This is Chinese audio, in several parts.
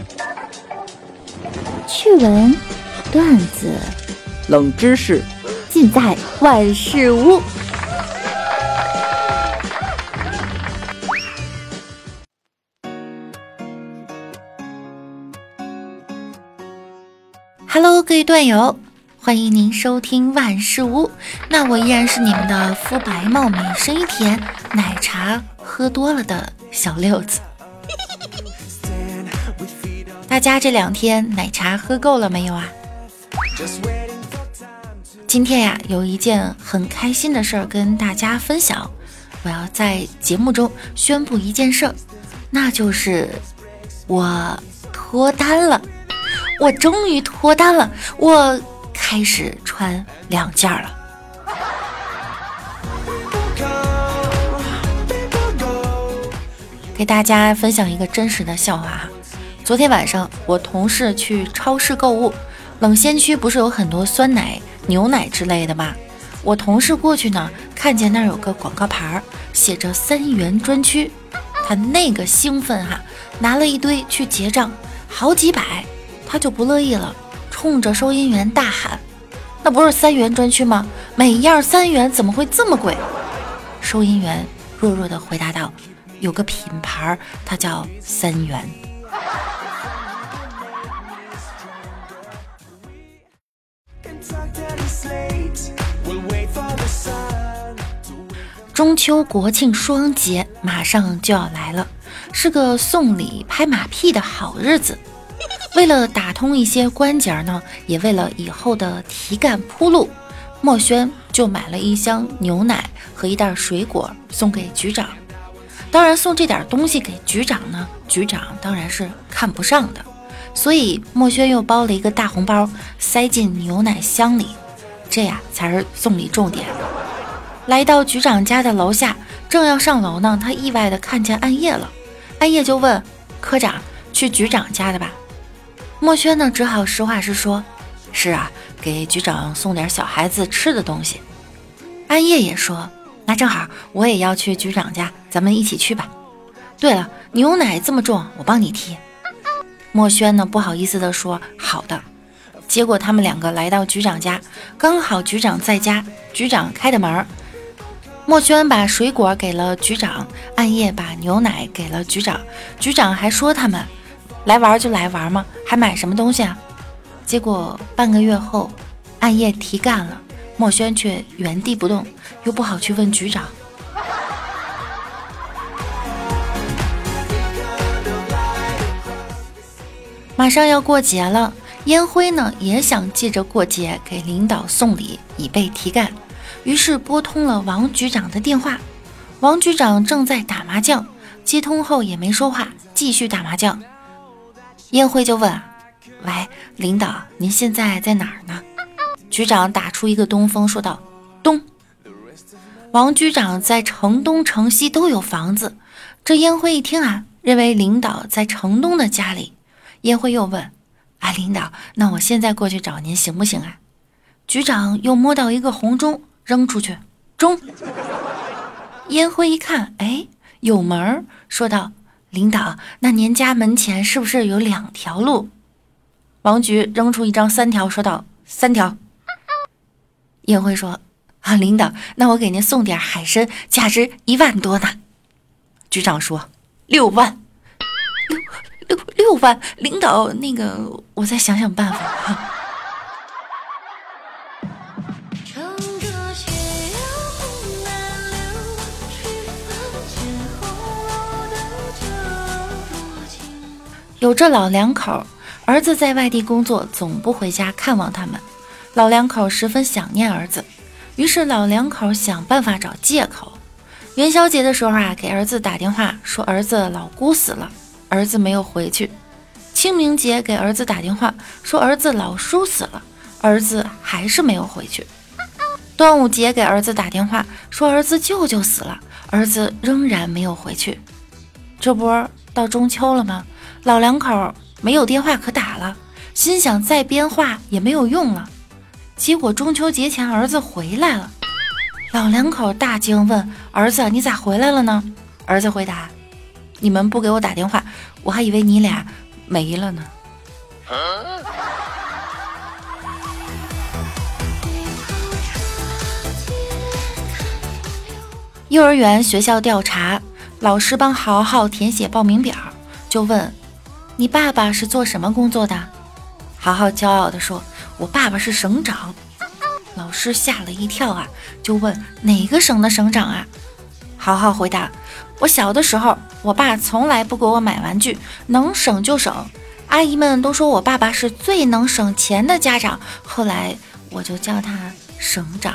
趣闻、段子、 冷知识， 尽在万事屋。Hello， 各位段友，欢迎您收听万事屋。那我依然是你们的肤白貌美、声音甜、奶茶喝多了的小六子。大家这2天奶茶喝够了没有啊？今天呀，有一件很开心的事儿跟大家分享。我要在节目中宣布一件事儿，那就是我脱单了。我终于脱单了，我开始穿2件了。给大家分享一个真实的笑话哈。昨天晚上我同事去超市购物，冷鲜区不是有很多酸奶、牛奶之类的吗？我同事过去呢，看见那儿有个广告牌，写着3元专区，他那个兴奋哈，拿了一堆去结账，好几百。他就不乐意了，冲着收银员大喊：那不是3元专区吗？每样3元，怎么会这么贵？收银员弱弱地回答道：有个品牌，它叫3元。中秋国庆双节马上就要来了，是个送礼拍马屁的好日子。为了打通一些关节呢，也为了以后的题干铺路，墨轩就买了1箱牛奶和1袋水果送给局长。当然送这点东西给局长呢，局长当然是看不上的，所以墨轩又包了一个大红包塞进牛奶箱里，这呀才是送礼重点。来到局长家的楼下，正要上楼呢，他意外的看见暗夜了。暗夜就问科长：去局长家的吧？墨轩呢只好实话实说：是啊，给局长送点小孩子吃的东西。暗夜也说：那正好，我也要去局长家，咱们一起去吧。对了，牛奶这么重，我帮你提。墨轩呢不好意思地说：好的。结果他们2个来到局长家，刚好局长在家，局长开的门。墨轩把水果给了局长，暗夜把牛奶给了局长。局长还说他们来玩就来玩嘛，还买什么东西啊？结果半个月后，暗夜提干了，墨轩却原地不动，又不好去问局长。马上要过节了，烟灰呢也想借着过节给领导送礼，以备提干，于是拨通了王局长的电话。王局长正在打麻将，接通后也没说话，继续打麻将。烟灰就问：喂，领导，您现在在哪儿呢？局长打出一个东风，说道：东。王局长在城东城西都有房子。这烟灰一听啊，认为领导在城东的家里。烟灰又问：领导，那我现在过去找您行不行啊？局长又摸到一个红钟，扔出去，钟。烟灰一看，有门，说道：领导，那您家门前是不是有2条路？王局扔出一张3条，说道：3条。烟灰说：领导，那我给您送点海参，价值1万多呢。局长说：6万。6万，领导，那个我再想想办法哈。有这老2口，儿子在外地工作，总不回家看望他们。老2口十分想念儿子，于是老2口想办法找借口。元宵节的时候啊，给儿子打电话说儿子老姑死了，儿子没有回去。清明节给儿子打电话说儿子老叔死了，儿子还是没有回去。端午节给儿子打电话说儿子舅舅死了，儿子仍然没有回去。这不到中秋了吗？老2口没有电话可打了，心想再编话也没有用了。结果中秋节前儿子回来了，老2口大惊，问儿子你咋回来了呢？儿子回答：你们不给我打电话，我还以为你俩没了呢。幼儿园学校调查，老师帮豪豪填写报名表，就问你爸爸是做什么工作的？豪豪骄傲地说，我爸爸是省长。老师吓了一跳啊，就问哪个省的省长啊？豪豪回答，我小的时候我爸从来不给我买玩具，能省就省，阿姨们都说我爸爸是最能省钱的家长，后来我就叫他省长。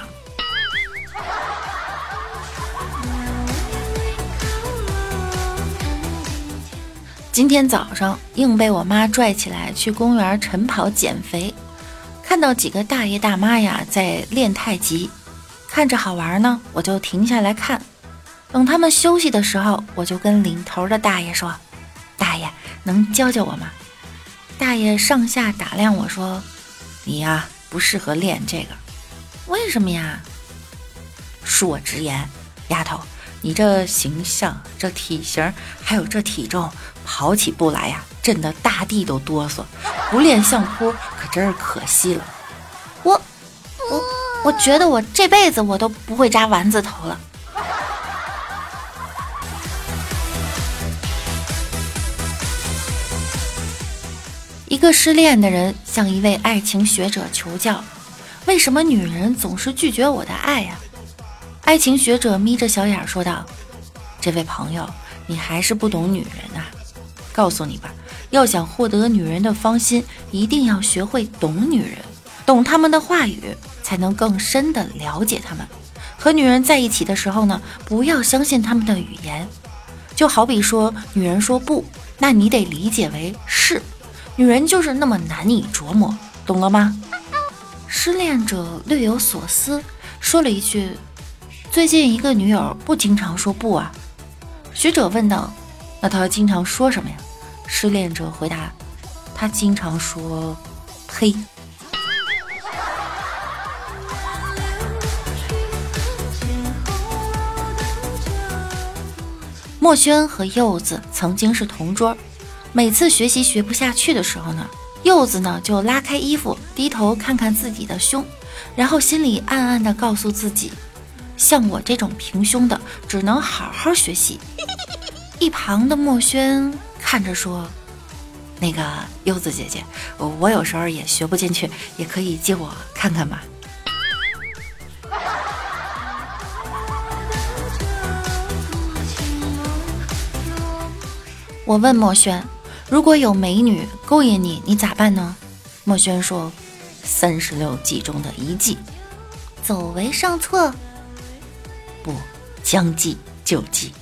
今天早上硬被我妈拽起来去公园晨跑减肥，看到几个大爷大妈呀在练太极，看着好玩呢，我就停下来看。等他们休息的时候，我就跟领头的大爷说，大爷能教教我吗？大爷上下打量我说，你呀不适合练这个。为什么呀？恕我直言，丫头，你这形象这体型还有这体重，跑起步来呀震得大地都哆嗦，不练相扑可真是可惜了。我觉得我这辈子我都不会扎丸子头了。一个失恋的人向一位爱情学者求教，为什么女人总是拒绝我的爱呀？爱情学者眯着小眼说道，这位朋友，你还是不懂女人啊。告诉你吧，要想获得女人的芳心，一定要学会懂女人，懂她们的话语，才能更深地了解她们。和女人在一起的时候呢，不要相信她们的语言，就好比说女人说不，那你得理解为是，女人就是那么难以琢磨，懂了吗？失恋者略有所思，说了一句，最近一个女友不经常说不啊。学者问道，那她经常说什么呀？失恋者回答，她经常说呸。墨轩和柚子曾经是同桌，每次学习学不下去的时候呢，柚子呢就拉开衣服，低头看看自己的胸，然后心里暗暗地告诉自己，像我这种平胸的只能好好学习。一旁的墨轩看着说，那个柚子姐姐，我有时候也学不进去，也可以借我看看吧。我问墨轩，如果有美女勾引你，你咋办呢？墨轩说，36计中的一计，走为上策。不，将计就计。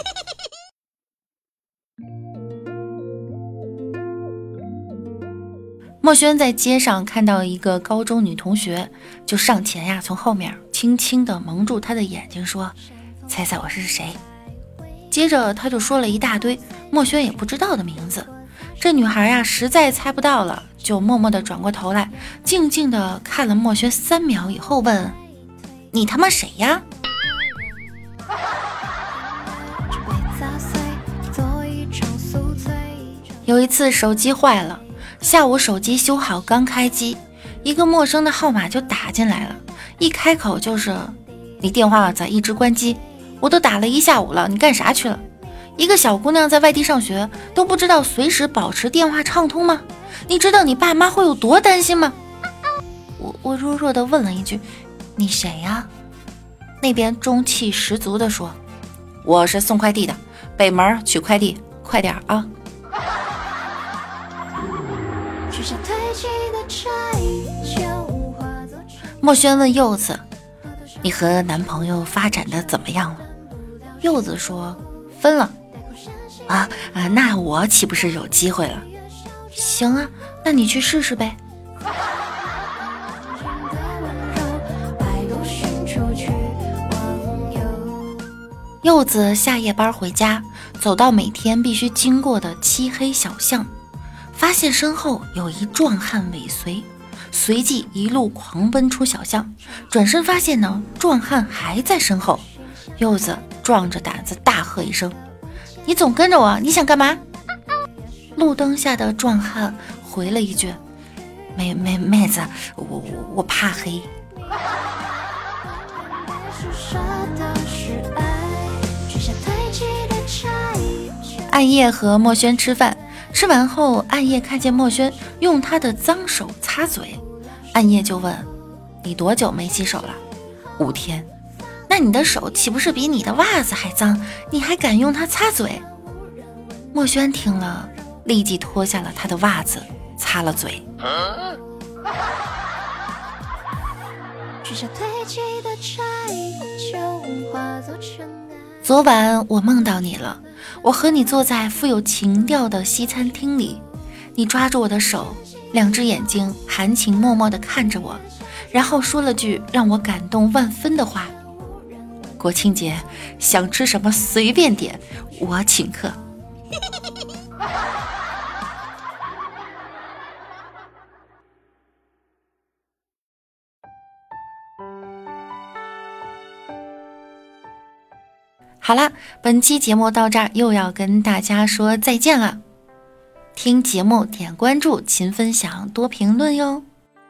墨轩在街上看到一个高中女同学，就上前呀，从后面轻轻地蒙住她的眼睛，说，猜猜我是谁？接着他就说了一大堆墨轩也不知道的名字。这女孩呀实在猜不到了，就默默地转过头来，静静地看了墨轩3秒以后问，你他妈谁呀？有一次手机坏了，下午手机修好刚开机，一个陌生的号码就打进来了，一开口就是，你电话咋一直关机？我都打了1下午了，你干啥去了？一个小姑娘在外地上学，都不知道随时保持电话畅通吗？你知道你爸妈会有多担心吗？我弱弱地问了一句，你谁呀？那边中气十足地说，我是送快递的，北门取快递，快点啊。墨轩问柚子，你和男朋友发展的怎么样了？柚子说，分了。那我岂不是有机会了？行啊，那你去试试呗。柚子下夜班回家，走到每天必须经过的漆黑小巷，发现身后有一壮汉尾随，随即一路狂奔出小巷，转身发现呢，壮汉还在身后。柚子壮着胆子大喝一声，你总跟着我，你想干嘛？ 路灯下的壮汉回了一句：妹子，我怕黑。暗夜和墨轩吃饭，吃完后暗夜看见墨轩用他的脏手擦嘴，暗夜就问：你多久没洗手了？5天。那你的手岂不是比你的袜子还脏？你还敢用它擦嘴？墨轩听了立即脱下了他的袜子擦了嘴。昨晚我梦到你了，我和你坐在富有情调的西餐厅里，你抓住我的手，2只眼睛含情脉脉地看着我，然后说了句让我感动万分的话：国庆节想吃什么随便点，我请客。好啦，本期节目到这儿又要跟大家说再见了。听节目点关注，勤分享，多评论哟。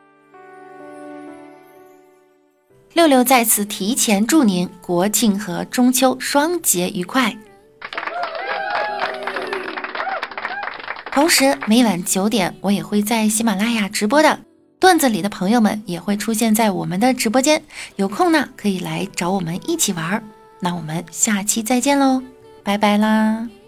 六六在此提前祝您国庆和中秋双节愉快。同时每晚9点我也会在喜马拉雅直播的，段子里的朋友们也会出现在我们的直播间，有空呢可以来找我们一起玩。那我们下期再见喽，拜拜啦。